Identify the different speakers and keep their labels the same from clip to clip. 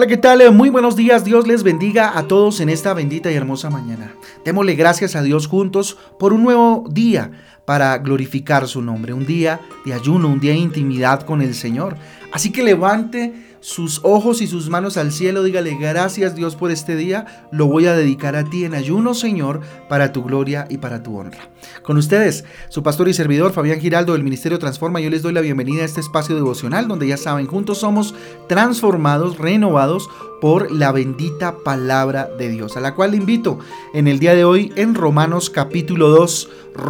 Speaker 1: Hola, ¿qué tal? Muy buenos días. Dios les bendiga a todos en esta bendita y hermosa mañana. Démosle gracias a Dios juntos por un nuevo día para glorificar su nombre. Un día de ayuno, un día de intimidad con el Señor. Así que levante sus ojos y sus manos al cielo. Dígale: gracias, Dios, por este día. Lo voy a dedicar a ti en ayuno, Señor, para tu gloria y para tu honra. Con ustedes, su pastor y servidor Fabián Giraldo del Ministerio Transforma. Yo les doy la bienvenida a este espacio devocional donde, ya saben, juntos somos transformados, renovados por la bendita palabra de Dios, a la cual le invito en el día de hoy en Romanos capítulo 2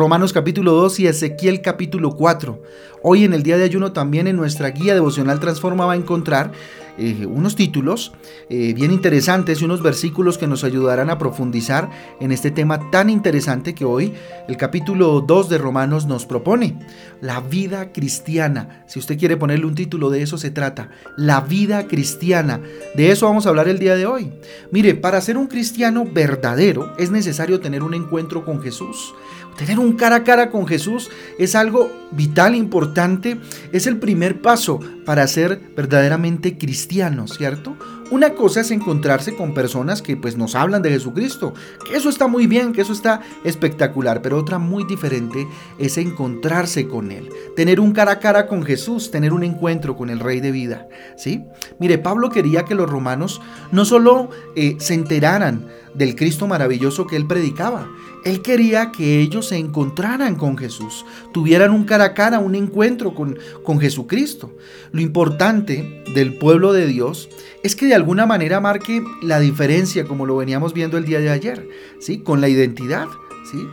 Speaker 1: y Ezequiel capítulo 4. Hoy, en el día de ayuno, también en nuestra guía devocional Transforma va a encontrar unos títulos bien interesantes y unos versículos que nos ayudarán a profundizar en este tema tan interesante que hoy el capítulo 2 de Romanos nos propone: la vida cristiana. Si usted quiere ponerle un título, de eso se trata, la vida cristiana. De eso vamos a hablar el día de hoy. Mire, para ser un cristiano verdadero es necesario tener un encuentro con Jesús. Tener un cara a cara con Jesús es algo vital, importante. Es el primer paso para ser verdaderamente cristiano, ¿cierto? Una cosa es encontrarse con personas que nos hablan de Jesucristo, que eso está muy bien, que eso está espectacular, pero otra muy diferente es encontrarse con Él, tener un cara a cara con Jesús, tener un encuentro con el Rey de vida, ¿sí? Mire, Pablo quería que los romanos no solo se enteraran del Cristo maravilloso que él predicaba. Él quería que ellos se encontraran con Jesús, tuvieran un cara a cara, un encuentro con Jesucristo. Lo importante del pueblo de Dios es que de alguna manera marque la diferencia, como lo veníamos viendo el día de ayer, ¿sí? Con la identidad, ¿sí?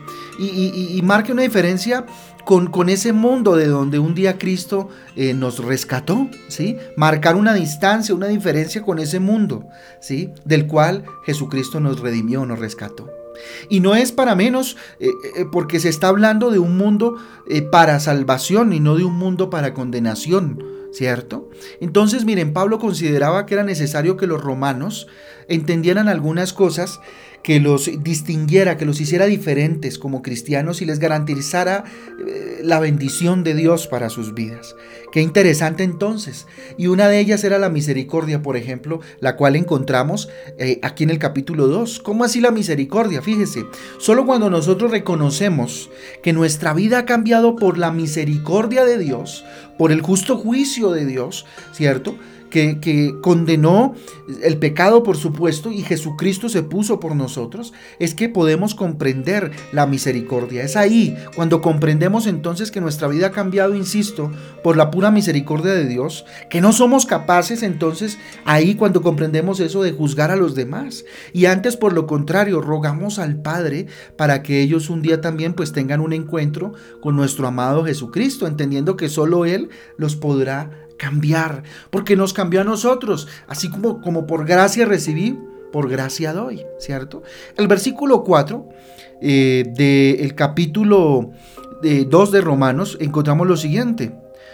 Speaker 1: Y marque una diferencia con ese mundo de donde un día Cristo nos rescató, ¿sí? Marcar una distancia, una diferencia con ese mundo, ¿sí? Del cual Jesucristo nos redimió, nos rescató. Y no es para menos, porque se está hablando de un mundo para salvación y no de un mundo para condenación, ¿cierto? Entonces, miren, Pablo consideraba que era necesario que los romanos entendieran algunas cosas que los distinguiera, que los hiciera diferentes como cristianos y les garantizara la bendición de Dios para sus vidas. Qué interesante entonces. Y una de ellas era la misericordia, por ejemplo, la cual encontramos aquí en el capítulo 2. ¿Cómo así la misericordia? Fíjese, solo cuando nosotros reconocemos que nuestra vida ha cambiado por la misericordia de Dios, por el justo juicio de Dios, ¿cierto?, que condenó el pecado, por supuesto, y Jesucristo se puso por nosotros, es que podemos comprender la misericordia. Es ahí cuando comprendemos entonces que nuestra vida ha cambiado, insisto, por la pura misericordia de Dios, que no somos capaces entonces, ahí cuando comprendemos eso, de juzgar a los demás, y antes, por lo contrario, rogamos al Padre para que ellos un día también tengan un encuentro con nuestro amado Jesucristo, entendiendo que solo Él los podrá cambiar, porque nos cambió a nosotros, así como por gracia recibí, por gracia doy, ¿cierto? El versículo 4 del capítulo 2 de Romanos encontramos lo siguiente: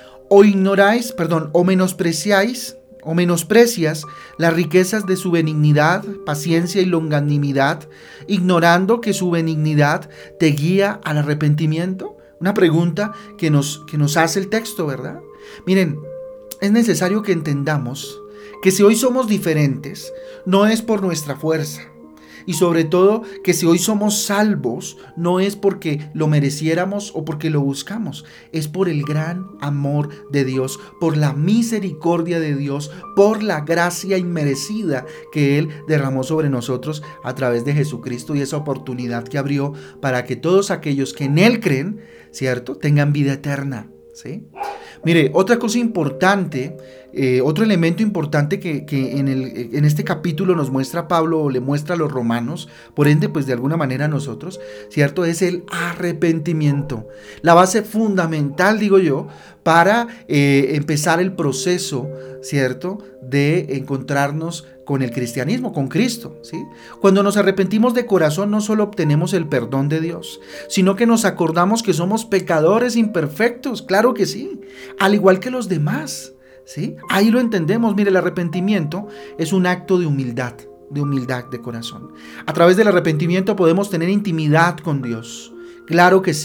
Speaker 1: o menospreciáis o menosprecias las riquezas de su benignidad, paciencia y longanimidad, ignorando que su benignidad te guía al arrepentimiento. Una pregunta que nos hace el texto, ¿verdad? Miren, es necesario que entendamos que si hoy somos diferentes, no es por nuestra fuerza. Y sobre todo, que si hoy somos salvos, no es porque lo mereciéramos o porque lo buscamos. Es por el gran amor de Dios, por la misericordia de Dios, por la gracia inmerecida que Él derramó sobre nosotros a través de Jesucristo, y esa oportunidad que abrió para que todos aquellos que en Él creen, ¿cierto?, tengan vida eterna, ¿sí? Mire, otra cosa importante, otro elemento importante que en este capítulo nos muestra Pablo, o le muestra a los romanos, por ende, de alguna manera a nosotros, ¿cierto?, es el arrepentimiento. La base fundamental, digo yo, para empezar el proceso, ¿cierto?, de encontrarnos con el cristianismo, con Cristo, ¿sí? Cuando nos arrepentimos de corazón, no solo obtenemos el perdón de Dios, sino que nos acordamos que somos pecadores imperfectos, claro que sí, al igual que los demás, ¿sí? Ahí lo entendemos. Mire, el arrepentimiento es un acto de humildad de corazón. A través del arrepentimiento podemos tener intimidad con Dios, claro que sí.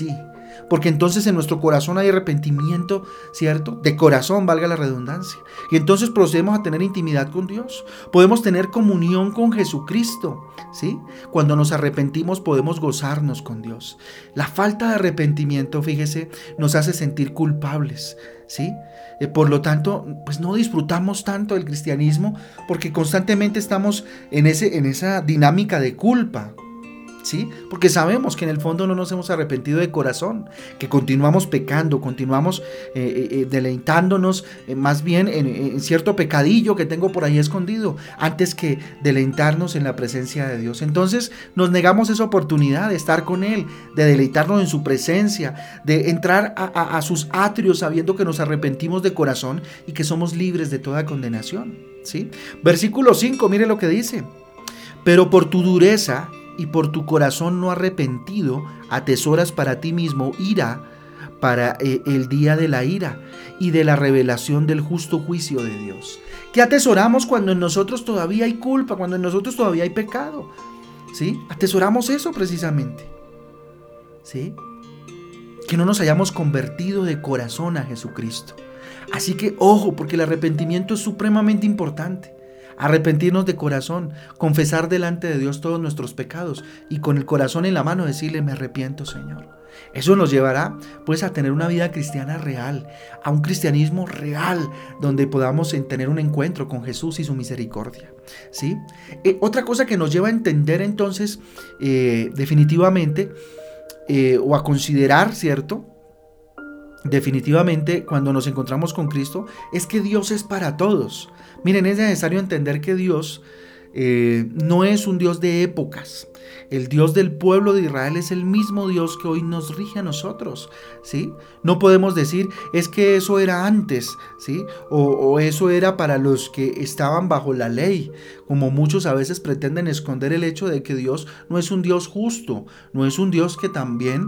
Speaker 1: Porque entonces en nuestro corazón hay arrepentimiento, ¿cierto? De corazón, valga la redundancia. Y entonces procedemos a tener intimidad con Dios. Podemos tener comunión con Jesucristo, ¿sí? Cuando nos arrepentimos podemos gozarnos con Dios. La falta de arrepentimiento, fíjese, nos hace sentir culpables, ¿sí? Por lo tanto, pues no disfrutamos tanto del cristianismo porque constantemente estamos en esa dinámica de culpa, ¿sí? Porque sabemos que en el fondo no nos hemos arrepentido de corazón, que continuamos pecando, continuamos deleitándonos más bien en cierto pecadillo que tengo por ahí escondido, antes que deleitarnos en la presencia de Dios. Entonces nos negamos esa oportunidad de estar con Él, de deleitarnos en su presencia, de entrar a sus atrios sabiendo que nos arrepentimos de corazón y que somos libres de toda condenación, ¿sí? Versículo 5, mire lo que dice: pero por tu dureza y por tu corazón no arrepentido, atesoras para ti mismo ira para el día de la ira y de la revelación del justo juicio de Dios. ¿Qué atesoramos cuando en nosotros todavía hay culpa, cuando en nosotros todavía hay pecado? ¿Sí? Atesoramos eso precisamente, ¿sí? Que no nos hayamos convertido de corazón a Jesucristo. Así que ojo, porque el arrepentimiento es supremamente importante. Arrepentirnos de corazón, confesar delante de Dios todos nuestros pecados y con el corazón en la mano decirle: me arrepiento, Señor. Eso nos llevará pues a tener una vida cristiana real, a un cristianismo real, donde podamos tener un encuentro con Jesús y su misericordia, ¿sí? Otra cosa que nos lleva a entender entonces definitivamente o a considerar, ¿cierto? Definitivamente cuando nos encontramos con Cristo es que Dios es para todos. Miren, es necesario entender que Dios no es un Dios de épocas. El Dios del pueblo de Israel es el mismo Dios que hoy nos rige a nosotros, ¿sí? No podemos decir es que eso era antes, ¿sí? O eso era para los que estaban bajo la ley, como muchos a veces pretenden esconder el hecho de que Dios no es un Dios justo, no es un Dios que también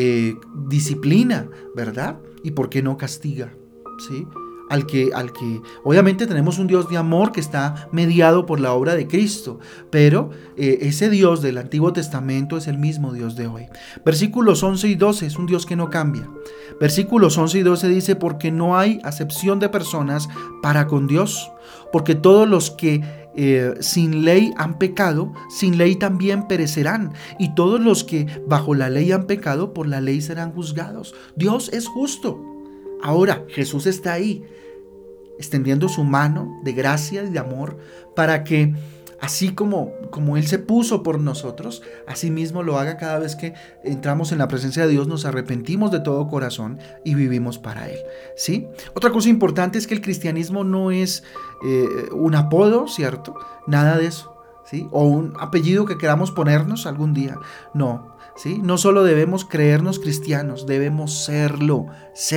Speaker 1: disciplina, ¿verdad? ¿Y por qué no castiga? ¿Sí? Al que obviamente tenemos un Dios de amor que está mediado por la obra de Cristo, pero ese Dios del Antiguo Testamento es el mismo Dios de hoy. Versículos 11 y 12 es un Dios que no cambia. Versículos 11 y 12 dice: porque no hay acepción de personas para con Dios, porque todos los que sin ley han pecado, sin ley también perecerán, y todos los que bajo la ley han pecado, por la ley serán juzgados. Dios es justo. Ahora Jesús está ahí, extendiendo su mano de gracia y de amor para que así como Él se puso por nosotros, así mismo lo haga cada vez que entramos en la presencia de Dios, nos arrepentimos de todo corazón y vivimos para Él, ¿sí? Otra cosa importante es que el cristianismo no es un apodo, ¿cierto? Nada de eso, ¿sí? O un apellido que queramos ponernos algún día, no, ¿sí? No solo debemos creernos cristianos, debemos serlo,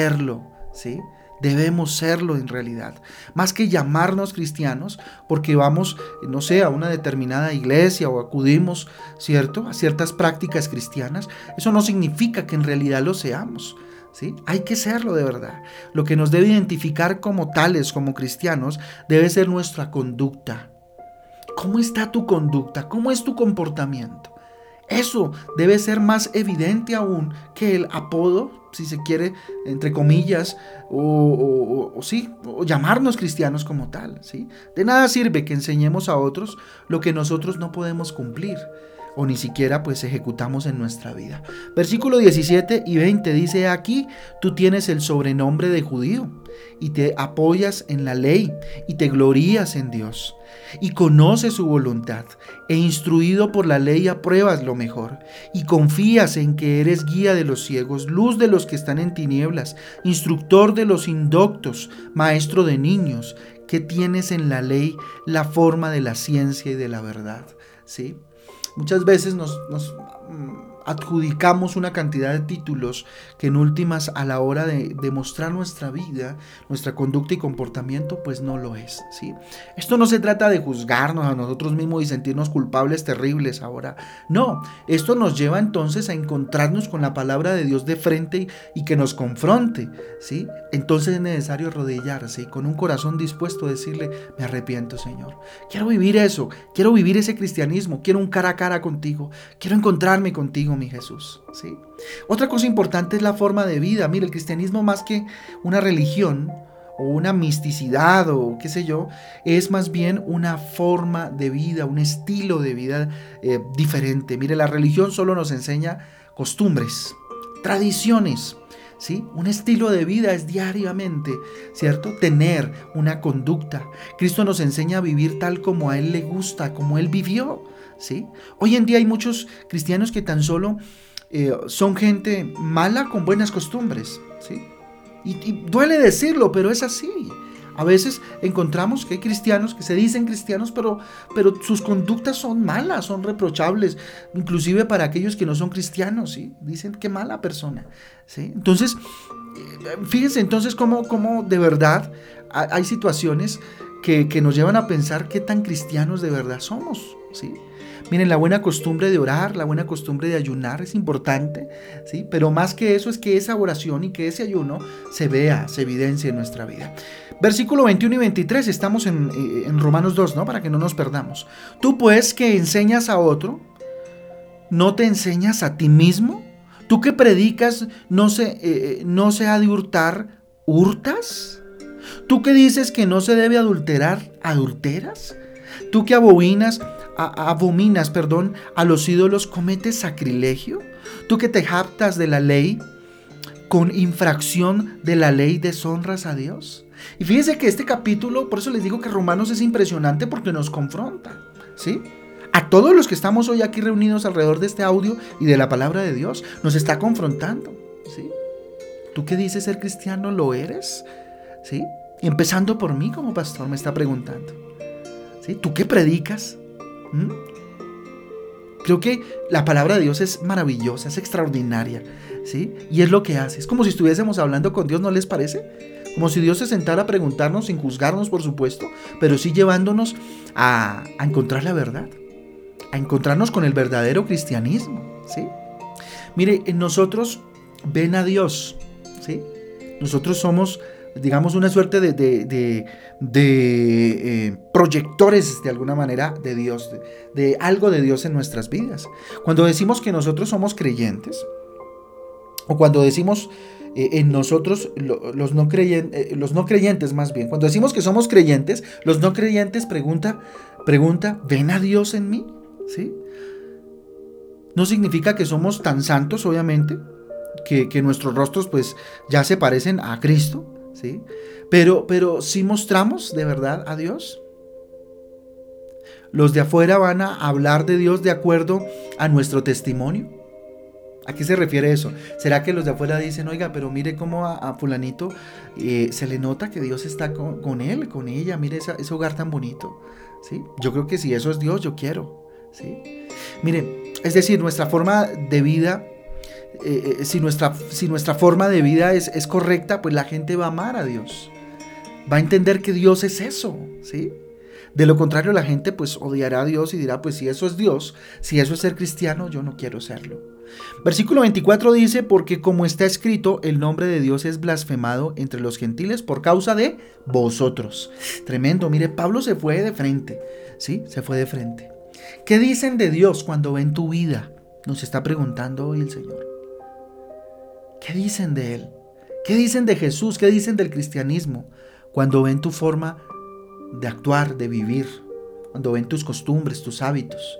Speaker 1: ¿sí? Debemos serlo en realidad, más que llamarnos cristianos porque vamos, no sé, a una determinada iglesia o acudimos, ¿cierto?, a ciertas prácticas cristianas. Eso no significa que en realidad lo seamos, ¿sí? Hay que serlo de verdad. Lo que nos debe identificar como tales, como cristianos, debe ser nuestra conducta. ¿Cómo está tu conducta? ¿Cómo es tu comportamiento? Eso debe ser más evidente aún que el apodo, si se quiere, entre comillas, o llamarnos cristianos como tal, ¿sí? De nada sirve que enseñemos a otros lo que nosotros no podemos cumplir o ni siquiera pues ejecutamos en nuestra vida. Versículo 17 y 20 dice: aquí tú tienes el sobrenombre de judío y te apoyas en la ley y te glorías en Dios y conoces su voluntad e instruido por la ley apruebas lo mejor y confías en que eres guía de los ciegos, luz de los que están en tinieblas, instructor de los indoctos, maestro de niños, que tienes en la ley la forma de la ciencia y de la verdad, ¿sí? Muchas veces nos adjudicamos una cantidad de títulos que en últimas a la hora de demostrar nuestra vida, nuestra conducta y comportamiento, pues no lo es, ¿sí? Esto no se trata de juzgarnos a nosotros mismos y sentirnos culpables terribles ahora. No, esto nos lleva entonces a encontrarnos con la palabra de Dios de frente y que nos confronte, ¿sí? Entonces es necesario arrodillarse y con un corazón dispuesto a decirle: me arrepiento, Señor. Quiero vivir eso, quiero vivir ese cristianismo, quiero un cara a cara contigo, quiero encontrarme contigo contigo, mi Jesús, ¿sí? Otra cosa importante es la forma de vida. Mire, el cristianismo, más que una religión o una misticidad o qué sé yo, es más bien una forma de vida, un estilo de vida diferente. Mire, la religión solo nos enseña costumbres, tradiciones, ¿sí? Un estilo de vida es diariamente, ¿cierto? Tener una conducta. Cristo nos enseña a vivir tal como a Él le gusta, como Él vivió, ¿sí? Hoy en día hay muchos cristianos que tan solo son gente mala con buenas costumbres, ¿sí? Y duele decirlo, pero es así. A veces encontramos que hay cristianos que se dicen cristianos, pero sus conductas son malas, son reprochables, inclusive para aquellos que no son cristianos, ¿sí? Dicen qué mala persona, ¿sí? Entonces, fíjense entonces cómo de verdad hay situaciones que nos llevan a pensar qué tan cristianos de verdad somos, ¿sí? Miren, la buena costumbre de orar, la buena costumbre de ayunar es importante, ¿sí? Pero más que eso es que esa oración y que ese ayuno se vea, se evidencie en nuestra vida. Versículo 21 y 23, estamos en Romanos 2, ¿no? Para que no nos perdamos. Tú pues que enseñas a otro, ¿no te enseñas a ti mismo? Tú que predicas, no se ha de hurtar, ¿hurtas? Tú que dices que no se debe adulterar, ¿adulteras? Tú que abominas, a los ídolos, ¿cometes sacrilegio? Tú que te jactas de la ley, con infracción de la ley deshonras a Dios. Y fíjense que este capítulo, por eso les digo que Romanos es impresionante porque nos confronta, ¿sí? A todos los que estamos hoy aquí reunidos alrededor de este audio y de la palabra de Dios, nos está confrontando, ¿sí? ¿Tú qué dices ser cristiano? ¿Lo eres? ¿Sí? Y empezando por mí como pastor me está preguntando, ¿sí? ¿Tú qué predicas? Creo que la palabra de Dios es maravillosa, es extraordinaria, ¿sí? Y es lo que hace. Es como si estuviésemos hablando con Dios, ¿no les parece? Como si Dios se sentara a preguntarnos, sin juzgarnos, por supuesto, pero sí llevándonos a encontrar la verdad, a encontrarnos con el verdadero cristianismo, ¿sí? Mire, en nosotros ven a Dios, ¿sí? Nosotros somos, digamos, una suerte de proyectores, de alguna manera, de Dios, de algo de Dios en nuestras vidas. Cuando decimos que nosotros somos creyentes, o cuando decimos en nosotros, los no creyentes más bien, cuando decimos que somos creyentes, los no creyentes pregunta, ¿ven a Dios en mí? ¿Sí? No significa que somos tan santos, obviamente, que nuestros rostros pues ya se parecen a Cristo, ¿sí? Pero ¿sí mostramos de verdad a Dios? ¿Los de afuera van a hablar de Dios de acuerdo a nuestro testimonio? ¿A qué se refiere eso? ¿Será que los de afuera dicen, oiga, pero mire cómo a fulanito se le nota que Dios está con él, con ella, mire ese hogar tan bonito, ¿sí? Yo creo que si eso es Dios, yo quiero, ¿sí? Mire, es decir, nuestra forma de vida, si nuestra forma de vida es correcta, pues la gente va a amar a Dios, va a entender que Dios es eso, ¿sí? De lo contrario, la gente pues odiará a Dios y dirá, pues si eso es Dios, si eso es ser cristiano, yo no quiero serlo. Versículo 24 dice, porque como está escrito, el nombre de Dios es blasfemado entre los gentiles por causa de vosotros. Tremendo, mire, Pablo se fue de frente, ¿sí? Se fue de frente. ¿Qué dicen de Dios cuando ven tu vida? Nos está preguntando hoy el Señor. ¿Qué dicen de Él? ¿Qué dicen de Jesús? ¿Qué dicen del cristianismo? Cuando ven tu forma de actuar, de vivir, cuando ven tus costumbres, tus hábitos.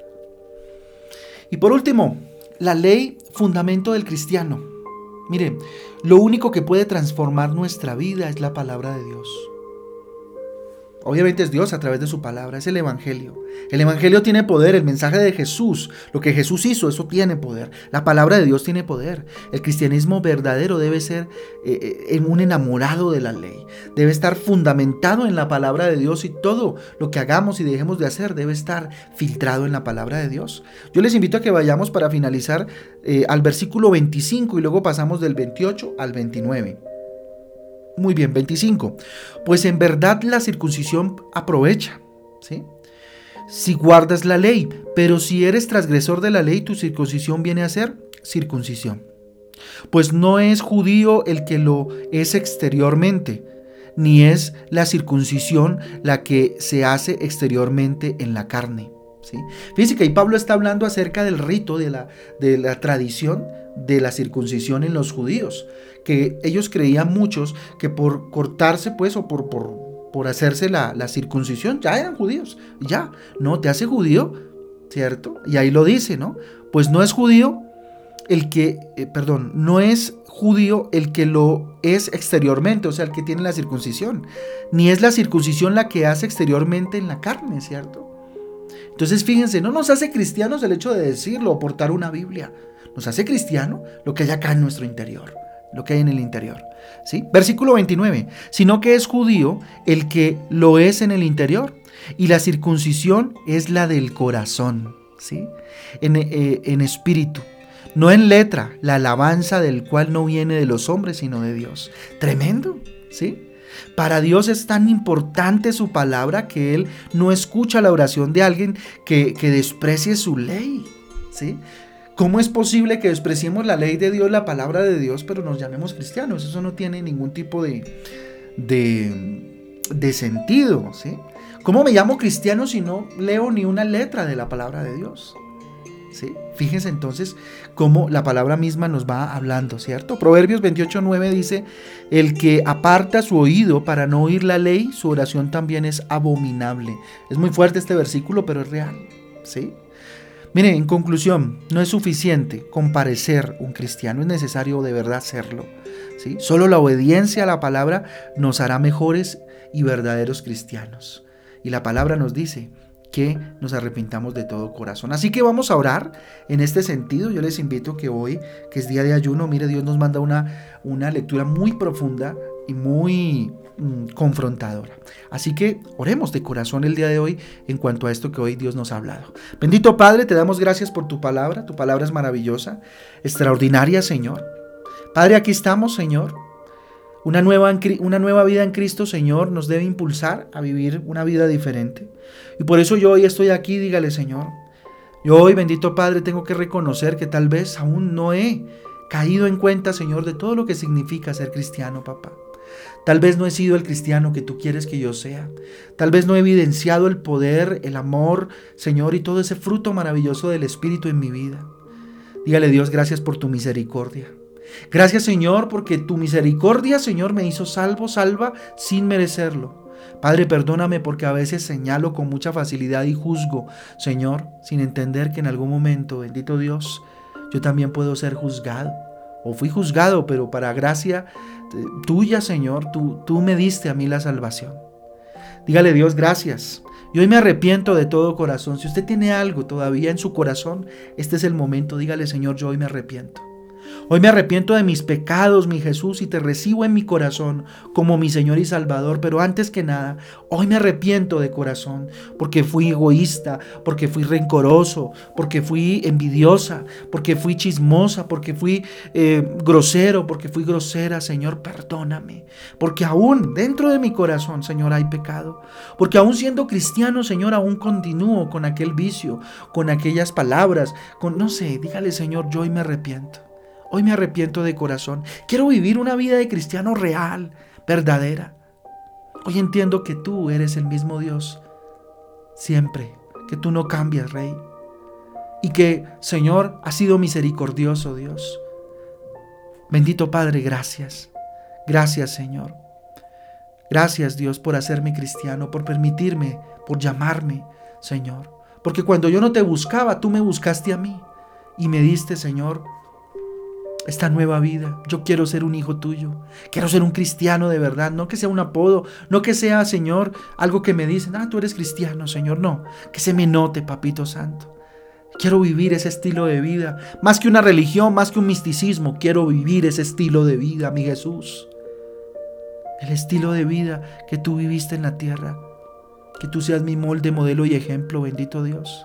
Speaker 1: Y por último, la ley, fundamento del cristiano. Mire, lo único que puede transformar nuestra vida es la palabra de Dios. Obviamente es Dios a través de su palabra, es el Evangelio. El Evangelio tiene poder, el mensaje de Jesús, lo que Jesús hizo, eso tiene poder. La palabra de Dios tiene poder. El cristianismo verdadero debe ser un enamorado de la ley. Debe estar fundamentado en la palabra de Dios y todo lo que hagamos y dejemos de hacer debe estar filtrado en la palabra de Dios. Yo les invito a que vayamos para finalizar al versículo 25 y luego pasamos del 28 al 29. Muy bien, 25. Pues en verdad la circuncisión aprovecha, ¿sí? Si guardas la ley, pero si eres transgresor de la ley, tu circuncisión viene a ser circuncisión. Pues no es judío el que lo es exteriormente, ni es la circuncisión la que se hace exteriormente en la carne, ¿sí? Fíjense que ahí Pablo está hablando acerca del rito, de la tradición de la circuncisión en los judíos, que ellos creían muchos que por cortarse pues o por hacerse la circuncisión ya eran judíos, ya, no, te hace judío, ¿cierto? Y ahí lo dice, ¿no? Pues no es judío no es judío el que lo es exteriormente, o sea, el que tiene la circuncisión, ni es la circuncisión la que hace exteriormente en la carne, ¿cierto? Entonces fíjense, no nos hace cristianos el hecho de decirlo o portar una Biblia, nos hace cristiano lo que hay acá en nuestro interior, lo que hay en el interior, ¿sí? Versículo 29, sino que es judío el que lo es en el interior, y la circuncisión es la del corazón, ¿sí? En espíritu, no en letra, la alabanza del cual no viene de los hombres, sino de Dios. Tremendo, ¿sí? Para Dios es tan importante su palabra que Él no escucha la oración de alguien que desprecie su ley, ¿sí? ¿Cómo es posible que despreciemos la ley de Dios, la palabra de Dios, pero nos llamemos cristianos? Eso no tiene ningún tipo de sentido, ¿sí? ¿Cómo me llamo cristiano si no leo ni una letra de la palabra de Dios? ¿Sí? Fíjense entonces cómo la palabra misma nos va hablando, ¿cierto? Proverbios 28:9 dice: el que aparta su oído para no oír la ley, su oración también es abominable. Es muy fuerte este versículo, pero es real, ¿sí? Mire, en conclusión, no es suficiente con parecer un cristiano, es necesario de verdad serlo, ¿sí? Solo la obediencia a la palabra nos hará mejores y verdaderos cristianos. Y la palabra nos dice que nos arrepintamos de todo corazón. Así que vamos a orar en este sentido. Yo les invito que hoy, que es día de ayuno, mire, Dios nos manda una lectura muy profunda y muy confrontadora. Así que oremos de corazón el día de hoy en cuanto a esto que hoy Dios nos ha hablado. Bendito Padre, te damos gracias por tu palabra es maravillosa, extraordinaria, Señor. Padre, aquí estamos, Señor. Una nueva vida en Cristo, Señor, nos debe impulsar a vivir una vida diferente. Y por eso yo hoy estoy aquí, dígale, Señor. Yo hoy, bendito Padre, tengo que reconocer que tal vez aún no he caído en cuenta, Señor, de todo lo que significa ser cristiano, papá. Tal vez no he sido el cristiano que tú quieres que yo sea. Tal vez no he evidenciado el poder, el amor, Señor, y todo ese fruto maravilloso del Espíritu en mi vida. Dígale, Dios, gracias por tu misericordia. Gracias, Señor, porque tu misericordia, Señor, me hizo salva sin merecerlo. Padre, perdóname porque a veces señalo con mucha facilidad y juzgo, Señor, sin entender que en algún momento, bendito Dios, yo también puedo ser juzgado. O fui juzgado, pero para gracia tuya, Señor, tú me diste a mí la salvación. Dígale, Dios, gracias. Y hoy me arrepiento de todo corazón. Si usted tiene algo todavía en su corazón, este es el momento. Dígale, Señor, yo hoy me arrepiento. Hoy me arrepiento de mis pecados, mi Jesús, y te recibo en mi corazón como mi Señor y Salvador. Pero antes que nada, hoy me arrepiento de corazón porque fui egoísta, porque fui rencoroso, porque fui envidiosa, porque fui chismosa, porque fui grosero, porque fui grosera. Señor, perdóname, porque aún dentro de mi corazón, Señor, hay pecado. Porque aún siendo cristiano, Señor, aún continúo con aquel vicio, con aquellas palabras, no sé, dígale, Señor, yo hoy me arrepiento. Hoy me arrepiento de corazón. Quiero vivir una vida de cristiano real, verdadera. Hoy entiendo que tú eres el mismo Dios siempre, que tú no cambias, Rey. Y que, Señor, has sido misericordioso, Dios. Bendito Padre, gracias. Gracias, Señor. Gracias, Dios, por hacerme cristiano, por permitirme, por llamarme, Señor. Porque cuando yo no te buscaba, tú me buscaste a mí y me diste, Señor, esta nueva vida. Yo quiero ser un hijo tuyo. Quiero ser un cristiano de verdad. No que sea un apodo. No que sea, Señor, algo que me dicen. Tú eres cristiano, Señor. No. Que se me note, Papito Santo. Quiero vivir ese estilo de vida. Más que una religión, más que un misticismo. Quiero vivir ese estilo de vida, mi Jesús. El estilo de vida que tú viviste en la tierra. Que tú seas mi molde, modelo y ejemplo, bendito Dios.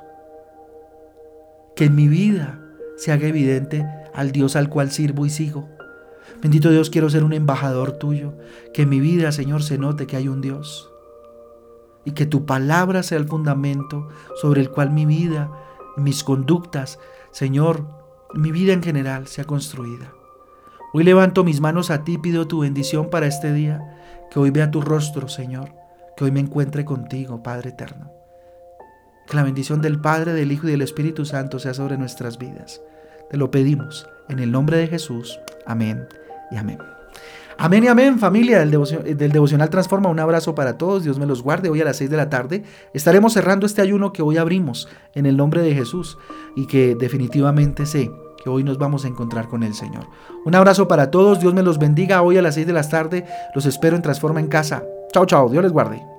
Speaker 1: Que en mi vida se haga evidente al Dios al cual sirvo y sigo. Bendito Dios, quiero ser un embajador tuyo. Que en mi vida, Señor, se note que hay un Dios. Y que tu palabra sea el fundamento sobre el cual mi vida, mis conductas, Señor, mi vida en general sea construida. Hoy levanto mis manos a ti y pido tu bendición para este día. Que hoy vea tu rostro, Señor. Que hoy me encuentre contigo, Padre eterno. Que la bendición del Padre, del Hijo y del Espíritu Santo sea sobre nuestras vidas. Te lo pedimos en el nombre de Jesús. Amén y amén. Amén y amén, familia del Devocional Transforma. Un abrazo para todos. Dios me los guarde. Hoy a las 6 de la tarde estaremos cerrando este ayuno que hoy abrimos en el nombre de Jesús y que definitivamente sé que hoy nos vamos a encontrar con el Señor. Un abrazo para todos. Dios me los bendiga. Hoy a las 6 de la tarde los espero en Transforma en Casa. Chao, chao. Dios les guarde.